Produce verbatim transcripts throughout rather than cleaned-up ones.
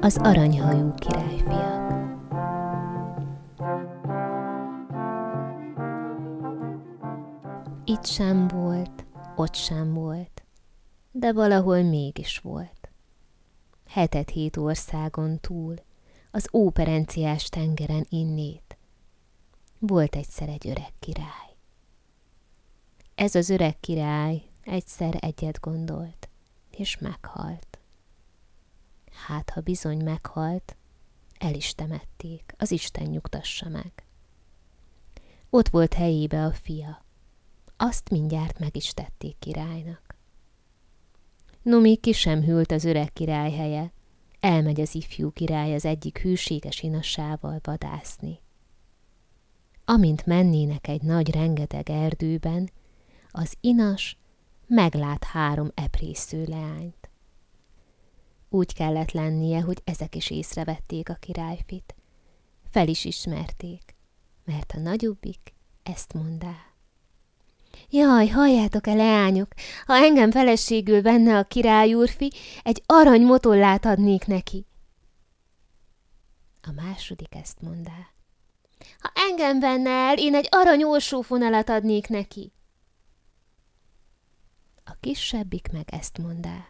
Az aranyhajú királyfiak. Itt sem volt, ott sem volt, de valahol mégis volt. Hetet-hét országon túl, az óperenciás tengeren innét, volt egyszer egy öreg király. Ez az öreg király egyszer egyet gondolt, és meghalt. Hát, ha bizony meghalt, el is temették, az Isten nyugtassa meg. Ott volt helyébe a fia, azt mindjárt meg is tették királynak. No, még ki sem hűlt az öreg király helye, elmegy az ifjú király az egyik hűséges inasával vadászni. Amint mennének egy nagy rengeteg erdőben, az inas meglát három eprésző leányt. Úgy kellett lennie, hogy ezek is észrevették a királyfit. Fel is ismerték, mert a nagyobbik ezt mondá. Jaj, halljátok-e, leányok, ha engem feleségül venne a király úrfi, egy arany motollát adnék neki. A második ezt mondá. Ha engem venne el, én egy arany orsófonalat adnék neki. A kisebbik meg ezt mondá.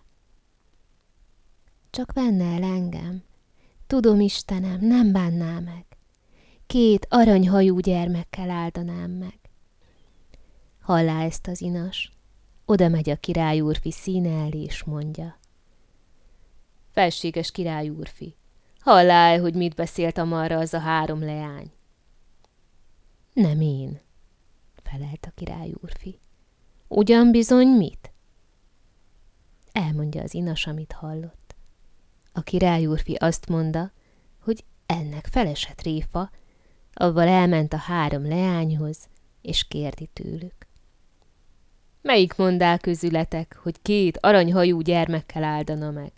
Csak venne el engem, tudom, Istenem, nem bánná meg. Két aranyhajú gyermekkel áldanám meg. Hallá ezt az inas, oda megy a király úrfi színe elé, és mondja. Felséges király úrfi, hallá, hogy mit beszélt amarra az a három leány? Nem én, felelt a király úrfi. Ugyan bizony mit? Elmondja az inas, amit hallott. A király úrfi azt mondta, hogy ennek felesett réfa, avval elment a három leányhoz, és kérdi tőlük. Melyik mondál közületek, hogy két aranyhajú gyermekkel áldana meg?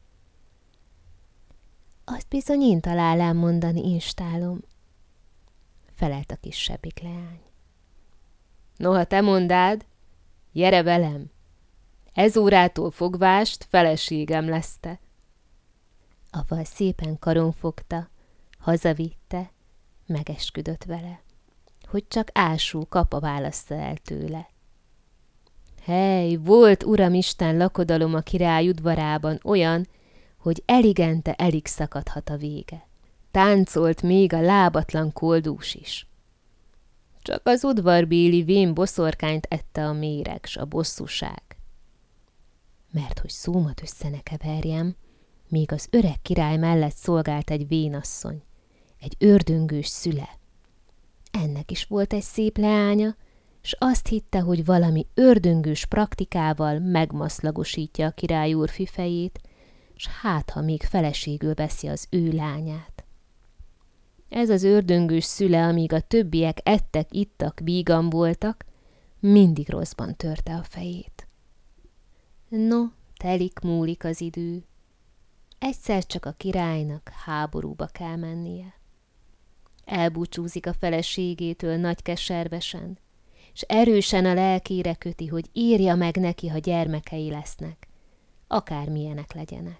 Azt bizony én találám mondani, instálom, felelt a kisebbik leány. Noha te mondád, gyere velem, ez órától fogvást feleségem lesz te. Avval szépen karon fogta, hazavitte, megesküdött vele, hogy csak ású kapa válassza el tőle. Hely, volt Uramisten lakodalom a király udvarában olyan, hogy eligente elig szakadhat a vége. Táncolt még a lábatlan koldús is. Csak az udvarbéli vén boszorkányt ette a méreg s a bosszúság. Mert hogy szómat össze ne keverjem, még az öreg király mellett szolgált egy vénasszony, egy ördöngős szüle. Ennek is volt egy szép leánya, s azt hitte, hogy valami ördöngős praktikával megmaszlagosítja a király úrfi fejét, s hát, ha még feleségül veszi az ő lányát. Ez az ördöngős szüle, amíg a többiek ettek, ittak, vígan voltak, mindig rosszban törte a fejét. No, telik múlik az idő. Egyszer csak a királynak háborúba kell mennie. Elbúcsúzik a feleségétől nagy keservesen, s erősen a lelkére köti, hogy írja meg neki, ha gyermekei lesznek, akármilyenek legyenek.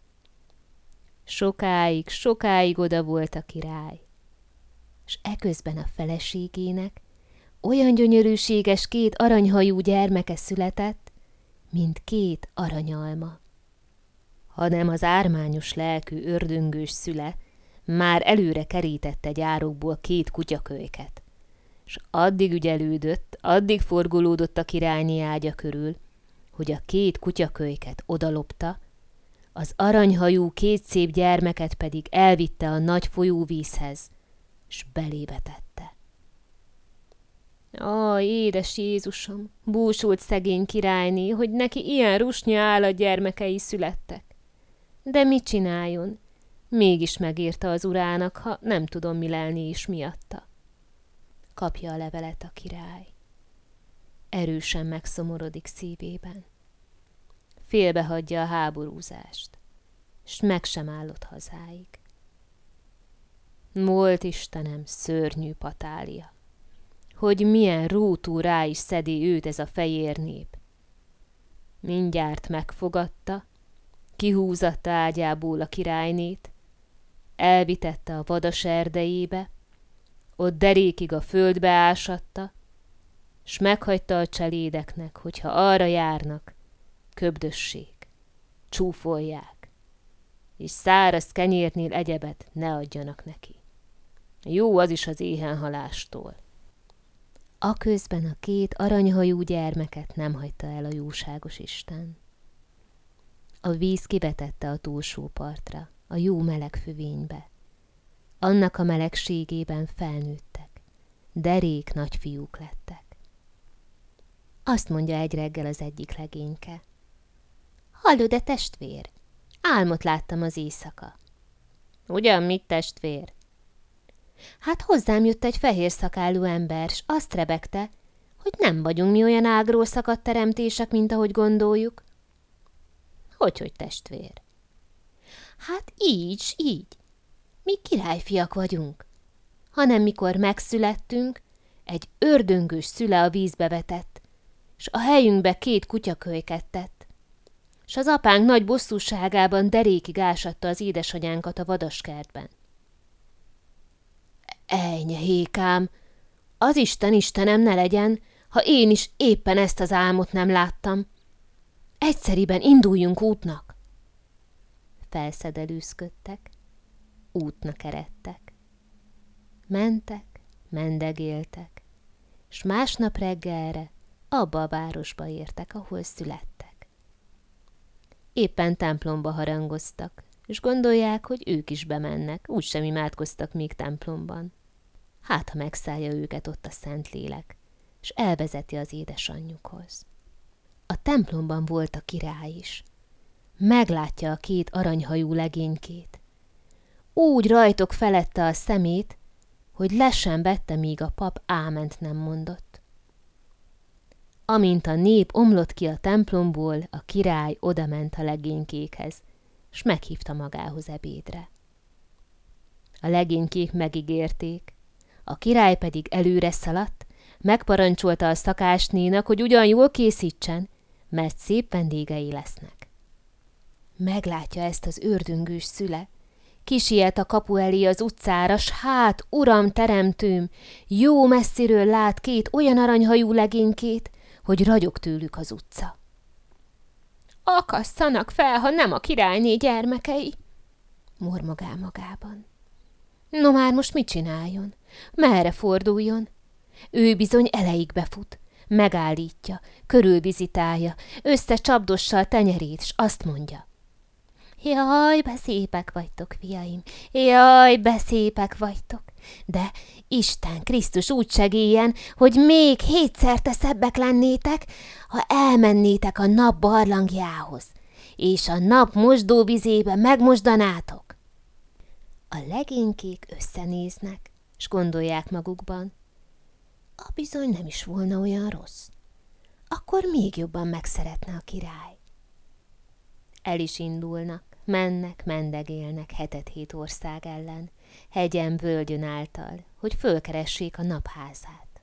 Sokáig, sokáig oda volt a király, s eközben a feleségének olyan gyönyörűséges két aranyhajú gyermeke született, mint két aranyalma. Hanem az ármányos lelkű ördöngős szüle már előre kerített egy árokból két kutyakölyket, s addig ügyelődött, addig forgolódott a királyné ágya körül, hogy a két kutyakölyket odalopta, az aranyhajú két szép gyermeket pedig elvitte a nagy folyóvízhez, s belébe tette. Aj, édes Jézusom, búsult szegény királyné, hogy neki ilyen rusnya állat gyermekei születtek. De mit csináljon? Mégis megírta az urának, ha nem tudom, mi lelni is miatta. Kapja a levelet a király. Erősen megszomorodik szívében. Félbehagyja a háborúzást, s meg sem állott hazáig. Volt, Istenem, szörnyű patália, hogy milyen rútú rá is szedi őt ez a fehér nép. Mindjárt megfogadta, kihúzatta ágyából a királynét, elvitette a vadas erdejébe, ott derékig a földbe ásatta, s meghagyta a cselédeknek, hogyha arra járnak, köbdössék, csúfolják, és száraz kenyérnél egyebet ne adjanak neki. Jó az is az éhenhalástól. Aközben a két aranyhajú gyermeket nem hagyta el a jóságos Isten. A víz kivetette a túlsó partra, a jó meleg fövénybe. Annak a melegségében felnőttek, derék nagyfiúk lettek. Azt mondja egy reggel az egyik legényke. Hallod-e, testvér? Álmot láttam az éjszaka. Ugyan mit, testvér? Hát hozzám jött egy fehér szakálú ember, s azt rebegte, hogy nem vagyunk mi olyan ágról szakadt teremtések, mint ahogy gondoljuk. Hogyhogy, testvér? Hát így, s így. Mi királyfiak vagyunk. Hanem mikor megszülettünk, egy ördöngős szüle a vízbe vetett, s a helyünkbe két kutyakölyket tett, s az apánk nagy bosszúságában derékig ásatta az édesanyánkat a vadaskertben. Ejnye, hékám, az Isten Istenem ne legyen, ha én is éppen ezt az álmot nem láttam. Egyszeriben induljunk útnak. Felszedelőzködtek, útnak eredtek. Mentek, mendegéltek, s másnap reggelre abba a városba értek, ahol születtek. Éppen templomba harangoztak, és gondolják, hogy ők is bemennek, úgysem imádkoztak még templomban. Hát, ha megszállja őket ott a Szentlélek, és elvezeti az édesanyjukhoz. A templomban volt a király is. Meglátja a két aranyhajú legénykét. Úgy rajtok felette a szemét, hogy le sem vette, míg a pap áment nem mondott. Amint a nép omlott ki a templomból, a király odament a legénykékhez, s meghívta magához ebédre. A legénykék megígérték, a király pedig előre szaladt, megparancsolta a szakásnénak, hogy ugyan jól készítsen, mert szép vendégei lesznek. Meglátja ezt az ördöngős szüle, kisiet a kapu elé az utcára, s hát, uram, teremtőm, jó messziről lát két olyan aranyhajú legénykét, hogy ragyog tőlük az utca. Akasszanak fel, ha nem a királyné gyermekei, mormogál magában. No már most mit csináljon? Merre forduljon? Ő bizony eleikbe fut, megállítja, körülvizitálja, összecsapdossa a tenyerét, s azt mondja. Jaj, de szépek vagytok, fiaim, jaj, de szépek vagytok, de Isten Krisztus úgy segéljen, hogy még hétszer te szebbek lennétek, ha elmennétek a nap barlangjához, és a nap mosdóvizébe megmosdanátok. A legénykék összenéznek, s gondolják magukban, a bizony nem is volna olyan rossz, akkor még jobban megszeretne a király. El is indulnak, mennek, mendegélnek hetet-hét ország ellen, hegyen, völgyön által, hogy fölkeressék a napházát.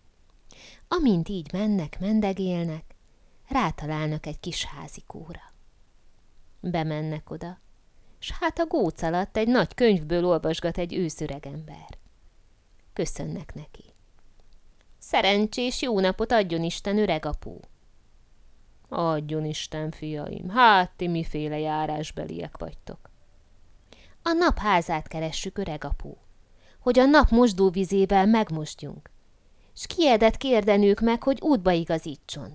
Amint így mennek, mendegélnek, rátalálnak egy kis házikóra. Bemennek oda, s hát a góc alatt egy nagy könyvből olvasgat egy őszöreg ember. Köszönnek neki. Szerencsés jó napot adjon Isten, öreg apó! Adjon Isten, fiaim, hát ti miféle járásbeliek vagytok. A nap házát keressük, öreg apó, hogy a nap mosdóvizével megmosdjunk, s kiedett kérdenők meg, hogy útba igazítson.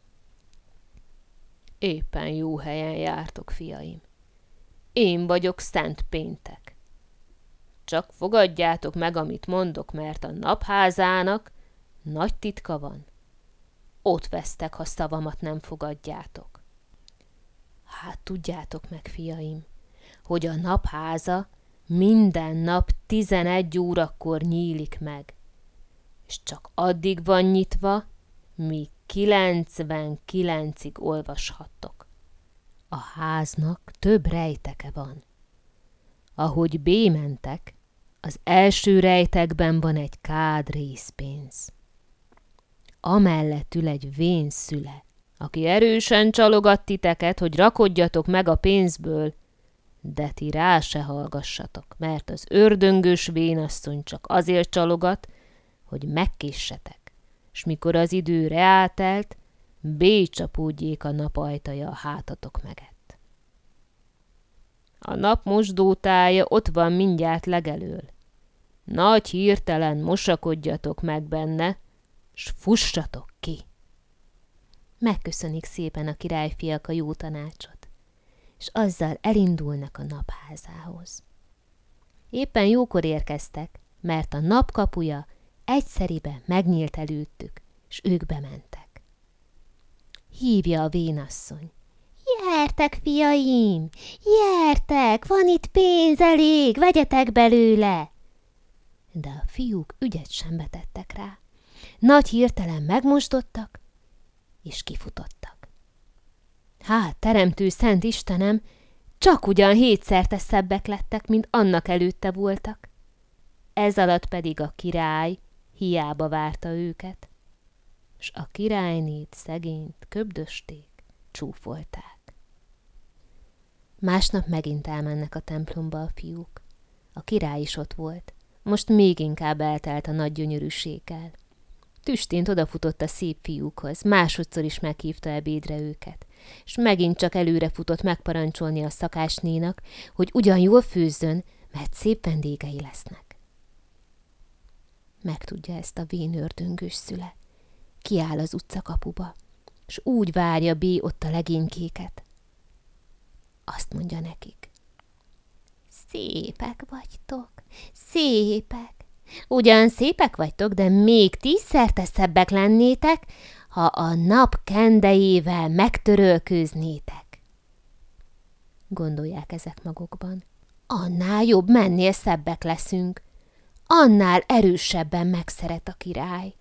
Éppen jó helyen jártok, fiaim. Én vagyok Szent Péntek. Csak fogadjátok meg, amit mondok, mert a napházának nagy titka van. Ott vesztek, ha szavamat nem fogadjátok. Hát tudjátok meg, fiaim, hogy a napháza minden nap tizenegy órakor nyílik meg, és csak addig van nyitva, míg kilencvenkilencig olvashattok. A háznak több rejteke van. Ahogy bémentek, az első rejtekben van egy kád részpénz. Amellett ül egy vén szüle, aki erősen csalogat titeket, hogy rakodjatok meg a pénzből, de ti rá se hallgassatok, mert az ördöngös vénasszony csak azért csalogat, hogy megkéssetek, s mikor az idő reátelt, bécsapódjék a nap ajtaja a hátatok megett. A nap mosdótája ott van mindjárt legelől. Nagy hirtelen mosakodjatok meg benne, s fussatok ki. Megköszönik szépen a királyfiak a jó tanácsot, és azzal elindulnak a napházához. Éppen jókor érkeztek, mert a nap kapuja egyszeribe megnyílt előttük, s ők bementek. Hívja a vénasszony. Gyertek, fiaim, gyertek, van itt pénz elég, vegyetek belőle. De a fiúk ügyet sem vetettek rá. Nagy hirtelen megmosdottak, és kifutottak. Hát, teremtő szent Istenem, csak ugyan hétszerte szebbek lettek, mint annak előtte voltak. Ez alatt pedig a király hiába várta őket, s a királynét szegényt köbdösték, csúfolták. Másnap megint elmennek a templomba a fiúk. A király is ott volt, most még inkább eltelt a nagy gyönyörűséggel. Tüstént odafutott a szép fiúkhoz, másodszor is meghívta ebédre őket, és megint csak előre futott megparancsolni a szakásnénak, hogy ugyan jól főzzön, mert szép vendégei lesznek. Megtudja ezt a vén ördöngös szüle. Kiáll az utcakapuba, s úgy várja B ott a legénykéket. Azt mondja nekik. Szépek vagytok, szépek. Ugyan szépek vagytok, de még tízszerte szebbek lennétek, ha a nap kendejével megtörölkőznétek. Gondolják ezek magukban. Annál jobb mennél szebbek leszünk, annál erősebben megszeret a király.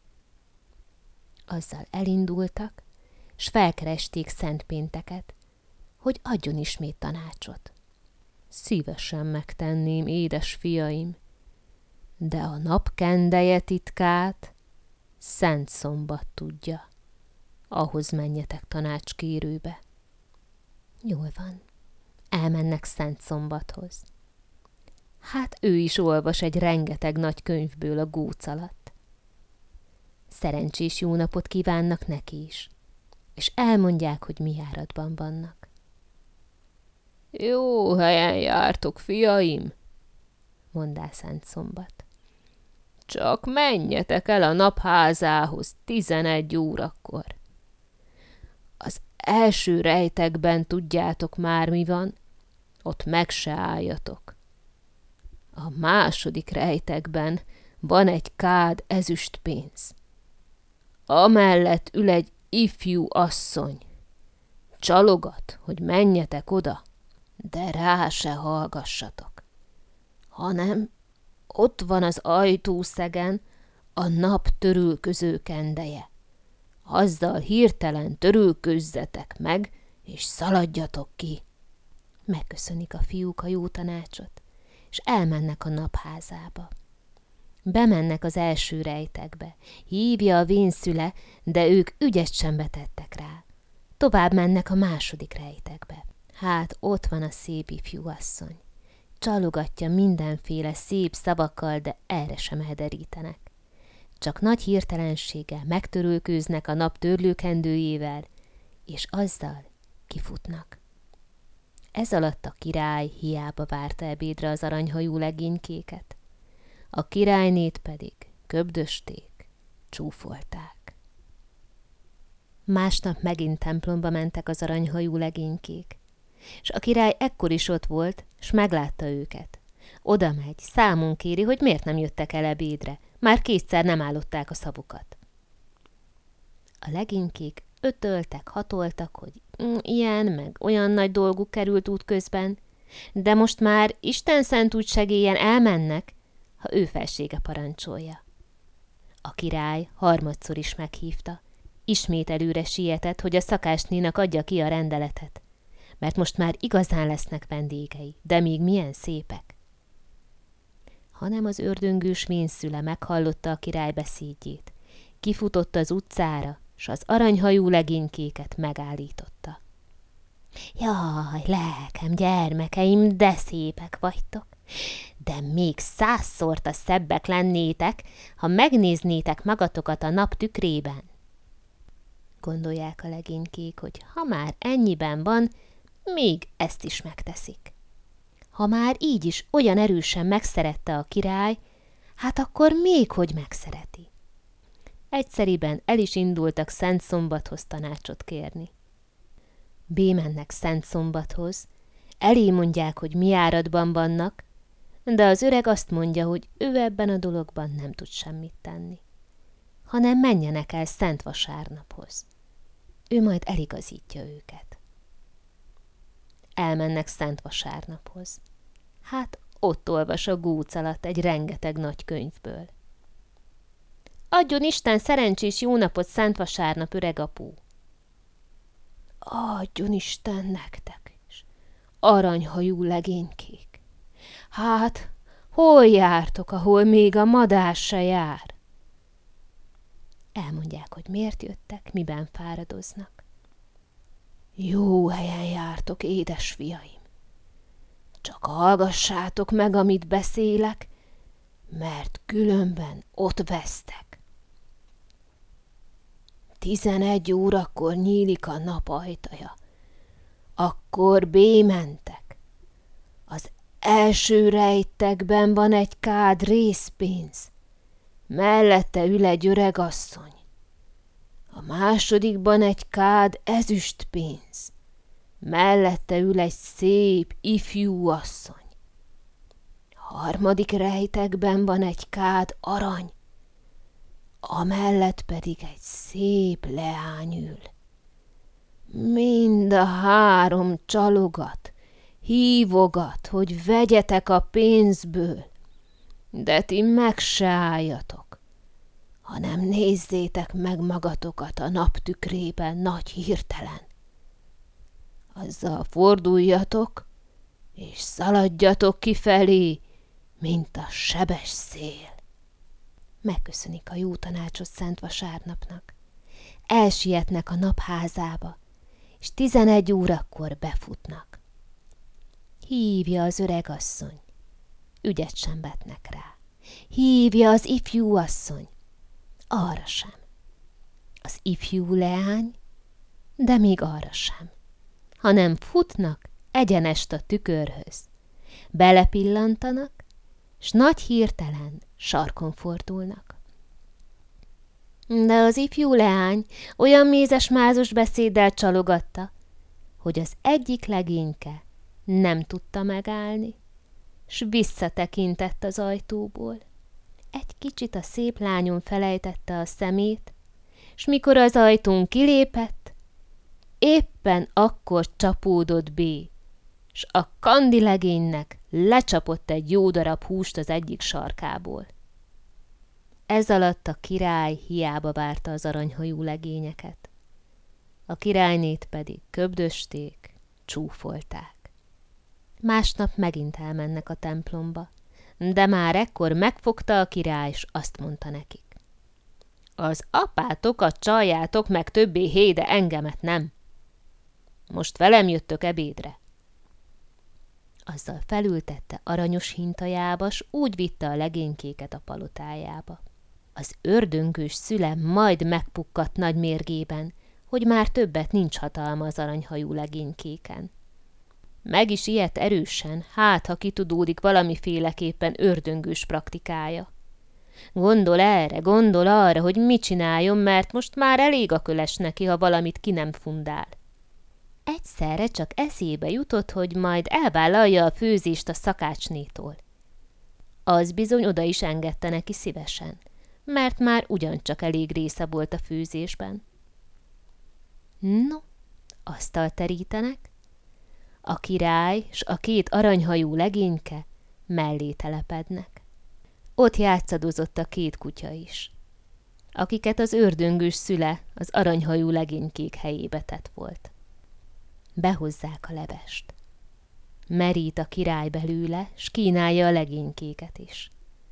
Azzal elindultak, s felkeresték Szent Pénteket, hogy adjon ismét tanácsot. Szívesen megtenném, édes fiaim, de a nap kendeje titkát Szent Szombat tudja. Ahhoz menjetek tanácskérőbe. Jól van, elmennek Szent Szombathoz. Hát ő is olvas egy rengeteg nagy könyvből a góc alatt. Szerencsés jó napot kívánnak neki is, és elmondják, hogy mi járatban vannak. Jó helyen jártok, fiaim, mondá Szent Szombat. Csak menjetek el a napházához tizenegy órakor. Az első rejtekben tudjátok már, mi van, ott meg se álljatok. A második rejtekben van egy kád ezüstpénz. Amellett ül egy ifjú asszony. Csalogat, hogy menjetek oda, de rá se hallgassatok, hanem ott van az ajtószegen a nap törülköző kendeje. Azzal hirtelen törülközzetek meg, és szaladjatok ki. Megköszönik a fiúk a jó tanácsot, és elmennek a napházába. Bemennek az első rejtekbe, hívja a vénszüle, de ők ügyet sem vetettek rá. Tovább mennek a második rejtekbe. Hát ott van a szép ifjú asszony. Csalogatja mindenféle szép szavakkal, de erre sem hederítenek. Csak nagy hirtelenséggel megtörölkőznek a nap törlőkendőjével, és azzal kifutnak. Ez alatt a király hiába várta ebédre az aranyhajú legénykéket. A királynét pedig köbdösték, csúfolták. Másnap megint templomba mentek az aranyhajú legénykék, s a király ekkor is ott volt, s meglátta őket. Oda megy, számon kéri, hogy miért nem jöttek el ebédre, már kétszer nem állották a szavukat. A legénykék ötöltek, hatoltak, hogy mm, ilyen meg olyan nagy dolguk került útközben, de most már Isten szent úgy segélyen elmennek, ha ő felsége parancsolja. A király harmadszor is meghívta, ismét előre sietett, hogy a szakásnénak adja ki a rendeletet, mert most már igazán lesznek vendégei, de még milyen szépek. Hanem az ördöngős vénszüle meghallotta a király beszédjét, kifutott az utcára, s az aranyhajú legénykéket megállította. Jaj, lelkem, gyermekeim, de szépek vagytok, de még százszorta szebbek lennétek, ha megnéznétek magatokat a nap tükrében. Gondolják a legénykék, hogy ha már ennyiben van, még ezt is megteszik. Ha már így is olyan erősen megszerette a király, hát akkor még hogy megszereti. Egyszeriben el is indultak Szentszombathoz tanácsot kérni. Bémennek Szentszombathoz, elé mondják, hogy mi áradban vannak, de az öreg azt mondja, hogy ő ebben a dologban nem tud semmit tenni, hanem menjenek el Szentvasárnaphoz. Ő majd eligazítja őket. Elmennek Szentvasárnaphoz. Hát ott olvas a góc alatt egy rengeteg nagy könyvből. Adjon Isten szerencsés jó napot Szentvasárnap, öreg apu! Adjon Isten nektek is, aranyhajú legénykék! Hát, hol jártok, ahol még a madár se jár? Elmondják, hogy miért jöttek, miben fáradoznak. Jó helyen jártok, édes fiaim. Csak hallgassátok meg, amit beszélek, mert különben ott vesztek. Tizenegy órakor nyílik a nap ajtaja. Akkor bémentek. Az első rejtekben van egy kád részpénz. Mellette ül egy öreg asszony. A másodikban egy kád ezüstpénz. Mellette ül egy szép ifjú asszony. Harmadik rejtekben van egy kád arany, amellett pedig egy szép leány ül. Mind a három csalogat, hívogat, hogy vegyetek a pénzből, de ti meg se álljatok, hanem nézzétek meg magatokat a nap tükrében nagy hirtelen. Azzal forduljatok, és szaladjatok kifelé, mint a sebes szél. Megköszönik a jó tanácsot Szentvasárnapnak. Elsietnek a napházába, és tizenegy órakor befutnak. Hívja az öreg asszony, ügyet sem vetnek rá. Hívja az ifjú asszony, arra sem. Az ifjú leány, de még arra sem, hanem futnak egyenest a tükörhöz. Belepillantanak, s nagy hirtelen sarkon fordulnak. De az ifjú leány olyan mézes-mázos beszéddel csalogatta, hogy az egyik legényke nem tudta megállni, s visszatekintett az ajtóból. Egy kicsit a szép lányon felejtette a szemét, s mikor az ajtón kilépett, éppen akkor csapódott bé, s a kandi legénynek lecsapott egy jó darab húst az egyik sarkából. Ez alatt a király hiába várta az aranyhajú legényeket. A királynét pedig köbdösték, csúfolták. Másnap megint elmennek a templomba, de már ekkor megfogta a király, s azt mondta nekik. Az apátokat csaljátok meg többé hé, de engemet nem. Most velem jöttök ebédre. Azzal felültette aranyos hintajába, s úgy vitte a legénykéket a palotájába. Az ördöngős szüle majd megpukkadt nagy mérgében, hogy már többet nincs hatalma az aranyhajú legénykéken. Meg is ijedt erősen, hát ha kitudódik valamiféleképpen ördöngős praktikája. Gondol erre, gondol arra, hogy mit csináljon, mert most már elég a köles neki, ha valamit ki nem fundál. Egyszerre csak eszébe jutott, hogy majd elvállalja a főzést a szakácsnétól. Az bizony oda is engedte neki szívesen, mert már ugyancsak elég része volt a főzésben. No, asztalt terítenek, a király s a két aranyhajú legényke mellé telepednek. Ott játszadozott a két kutya is, akiket az ördöngős szüle az aranyhajú legénykék helyébe tett volt. Behozzák a levest. Merít a király belőle, s kínálja a legénykéket is.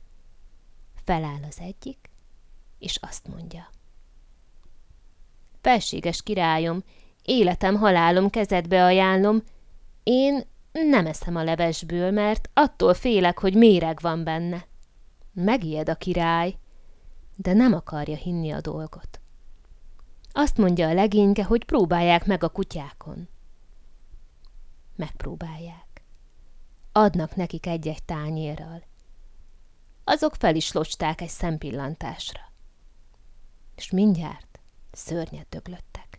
Feláll az egyik, és azt mondja. Felséges királyom, Életem, halálom kezedbe ajánlom, én nem eszem a levesből, mert attól félek, hogy méreg van benne. Megijed a király, de nem akarja hinni a dolgot. Azt mondja a legényke, hogy próbálják meg a kutyákon. Megpróbálják. Adnak nekik egy-egy tányérral. Azok fel is locsták egy szempillantásra. És mindjárt szörnyet döglöttek.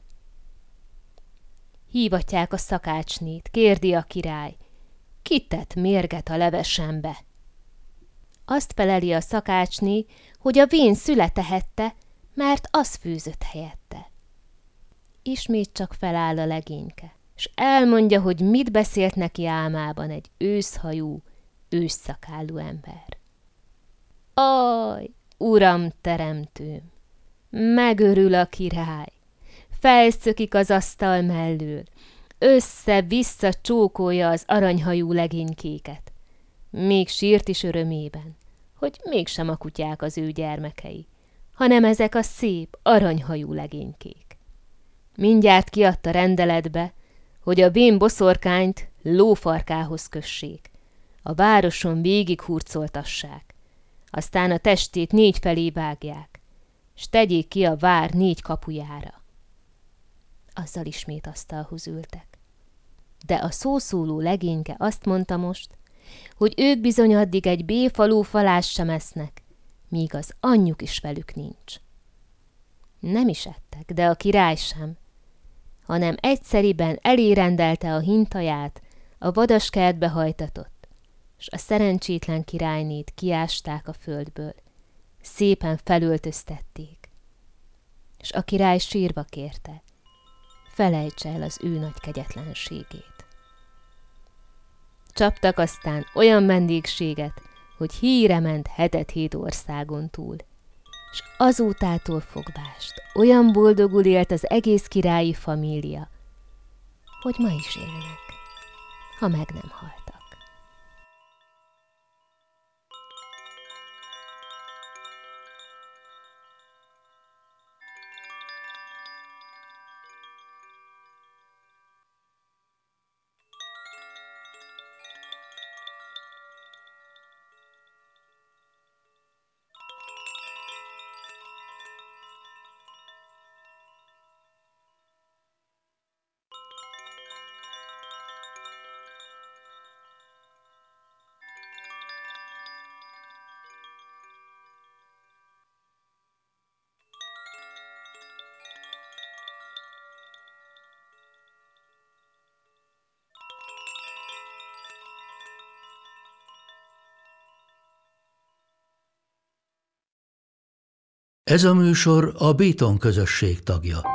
Hívatják a szakácsnét, kérdi a király, ki tett mérget a levesembe? Azt feleli a szakácsné, hogy a vén szüle tehette, mert az főzött helyette. Ismét csak feláll a legényke, és elmondja, hogy mit beszélt neki álmában egy őszhajú, ősszakállú ember. Aj, uram teremtőm! Megörül a király, felszökik az asztal mellől, össze-vissza csókolja az aranyhajú legénykéket. Még sírt is örömében, hogy mégsem a kutyák az ő gyermekei, hanem ezek a szép, aranyhajú legénykék. Mindjárt kiadta rendeletbe, hogy a vén boszorkányt lófarkához kössék, a városon végig hurcoltassák, aztán a testét négy felé vágják, s tegyék ki a vár négy kapujára. Azzal ismét asztalhoz ültek. De a szószóló legényke azt mondta most, hogy ők bizony addig egy béfalú falást sem esznek, míg az anyjuk is velük nincs. Nem is ettek, de a király sem, hanem egyszeriben elérendelte a hintaját, a vadaskertbe hajtatott, s a szerencsétlen királynét kiásták a földből, szépen felöltöztették, és a király sírva kérte, felejtse el az ő nagy kegyetlenségét. Csaptak aztán olyan vendégséget, hogy híre ment hetet-hét országon túl, s azótától fogvást olyan boldogul élt az egész királyi família, hogy ma is élnek, ha meg nem haltak. Ez a műsor a Béton közösség tagja.